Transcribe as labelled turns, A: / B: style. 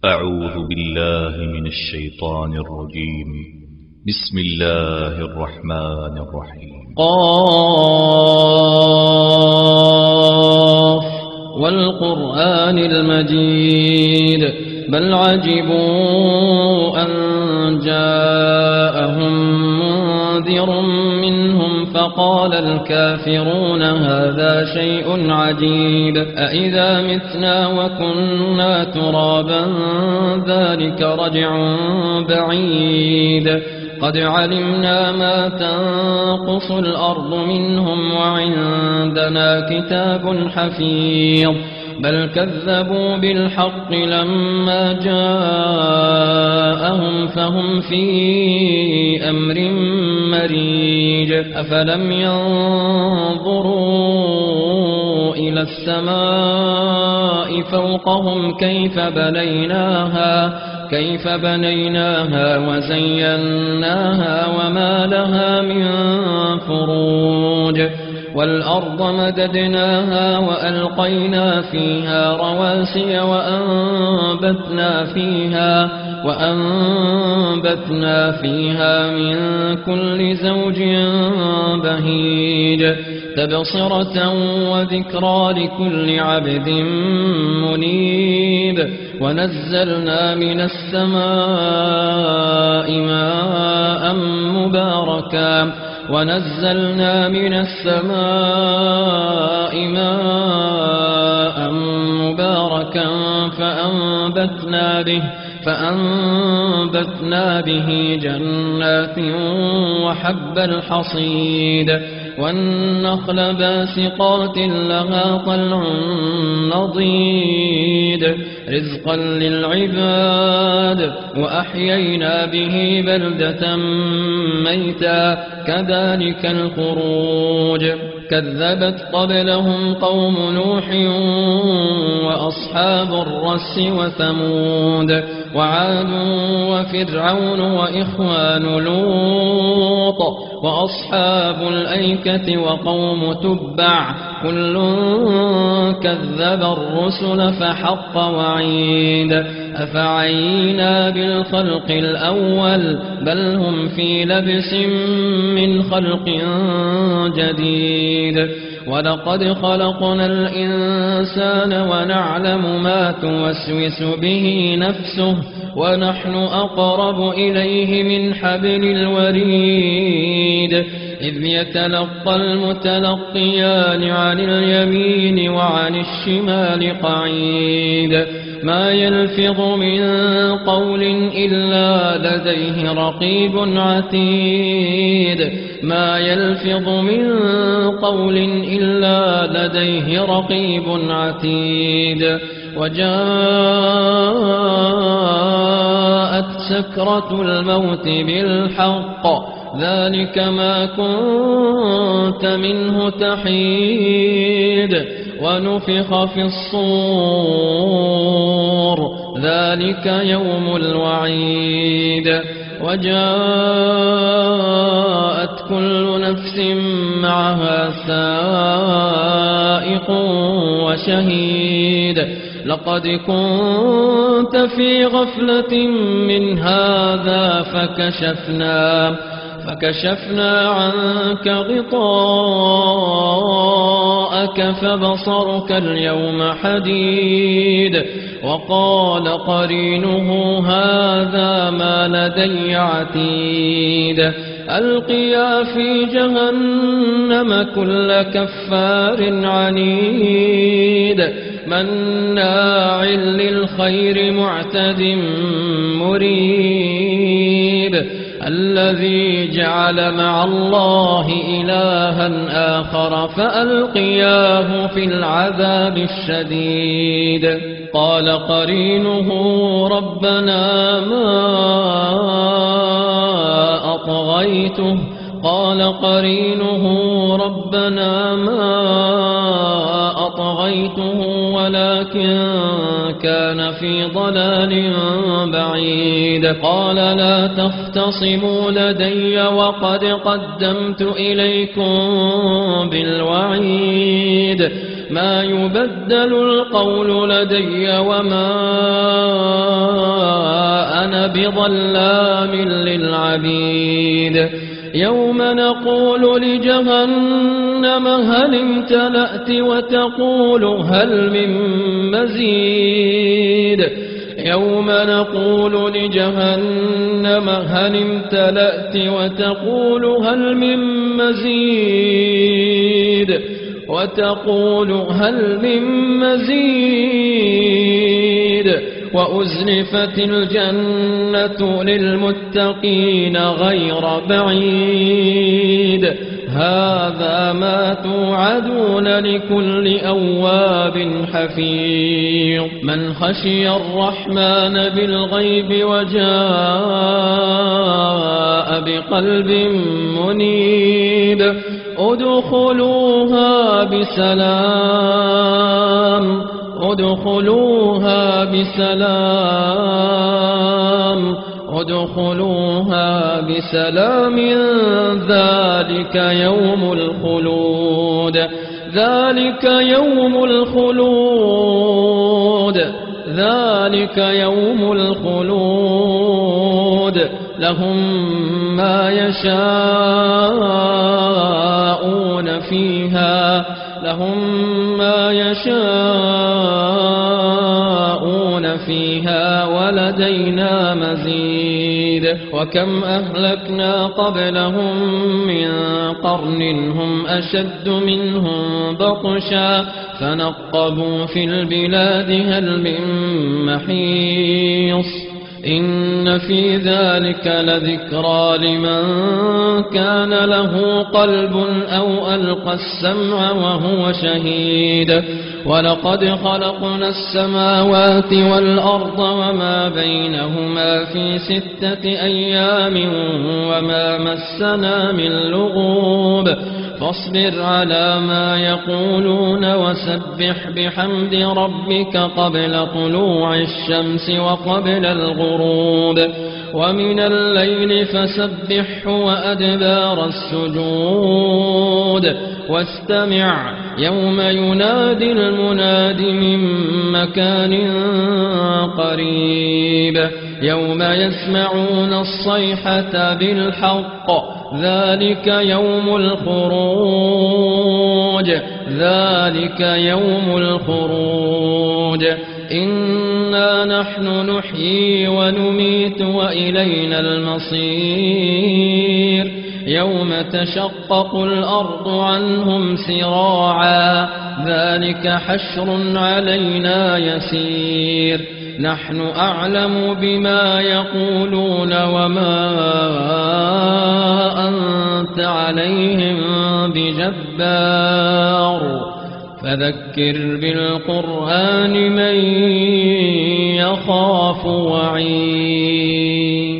A: أعوذ بالله من الشيطان الرجيم. بسم الله الرحمن الرحيم.
B: قاف والقرآن المجيد بل عجبوا أن جاءهم منذر منهم فقال الكافرون هذا شيء عجيب أإذا متنا وكنا ترابا ذلك رجع بعيد قد علمنا ما تنقص الأرض منهم وعندنا كتاب حفيظ بل كذبوا بالحق لما جاءهم فهم في أمر مريج أفلم ينظروا إلى السماء فوقهم كيف بنيناها وزيناها وما لها من فروج والأرض مددناها وألقينا فيها رواسي وأنبتنا فيها من كل زوج بهيج تبصرة وذكرى لكل عبد منيب ونزلنا من السماء ماء مباركا فأنبتنا به جنات وحب الحصيد والنخل باسقات لها طلع نضيد رزقا للعباد وأحيينا به بلدة ميتا كذلك الخروج كذبت قبلهم قوم نوح وأصحاب الرس وثمود وعاد وفرعون وإخوان لوط وأصحاب الأيكة وقوم تبع كل كذب الرسل فحق وعيد أفعينا بالخلق الأول بل هم في لبس من خلق جديد ولقد خلقنا الإنسان ونعلم ما توسوس به نفسه ونحن أقرب إليه من حبل الوريد إذ يتلقى المتلقيان عن اليمين وعن الشمال قعيد ما يلفظ من قول إلا لديه رقيب عتيد وجاءت سكرة الموت بالحق ذلك ما كنت منه تحيد ونفخ في الصور ذلك يوم الوعيد وجاءت كل نفس معها سائق وشهيد لقد كنت في غفلة من هذا فكشفنا عنك غطاءك فبصرك اليوم حديد وقال قرينه هذا ما لدي عتيد ألقيا في جهنم كل كفار عنيد مناع للخير معتد مريب الذي جعل مع الله إلها آخر فألقياه في العذاب الشديد قال قرينه ربنا ما أطغيته ولكن كان في ضلال بعيد قال لا تختصموا لدي وقد قدمت إليكم بالوعيد ما يبدل القول لدي وما بظلام للعبيد يوم نقول لجهنم هل امتلأت وتقول هل من مزيد يوم نقول لجهنم هل امتلأت وتقول هل من مزيد وأزلفت الجنة للمتقين غير بعيد هذا ما توعدون لكل أواب حفيظ من خشي الرحمن بالغيب وجاء بقلب منيب ادخلوها بسلام ذلك يوم الخلود لهم ما يشاءون فيها ولدينا مزيد وكم أهلكنا قبلهم من قرن هم أشد منهم بطشا فنقبوا في البلاد هل من محيص إن في ذلك لذكرى لمن كان له قلب أو ألقى السمع وهو شهيد ولقد خلقنا السماوات والأرض وما بينهما في 6 أيام وما مسنا من لغوب فاصبر على ما يقولون وسبح بحمد ربك قبل طلوع الشمس وقبل الغروب ومن الليل فسبحه وأدبار السجود واستمع يوم ينادي المناد من مكان قريب يوم يسمعون الصيحة بالحق ذلك يوم الخروج إنا نحن نحيي ونميت وإلينا المصير يوم تشقق الأرض عنهم سراعا ذلك حشر علينا يسير نحن أعلم بما يقولون وما أنت عليهم بجبار فذكر بالقرآن من يخاف وعيد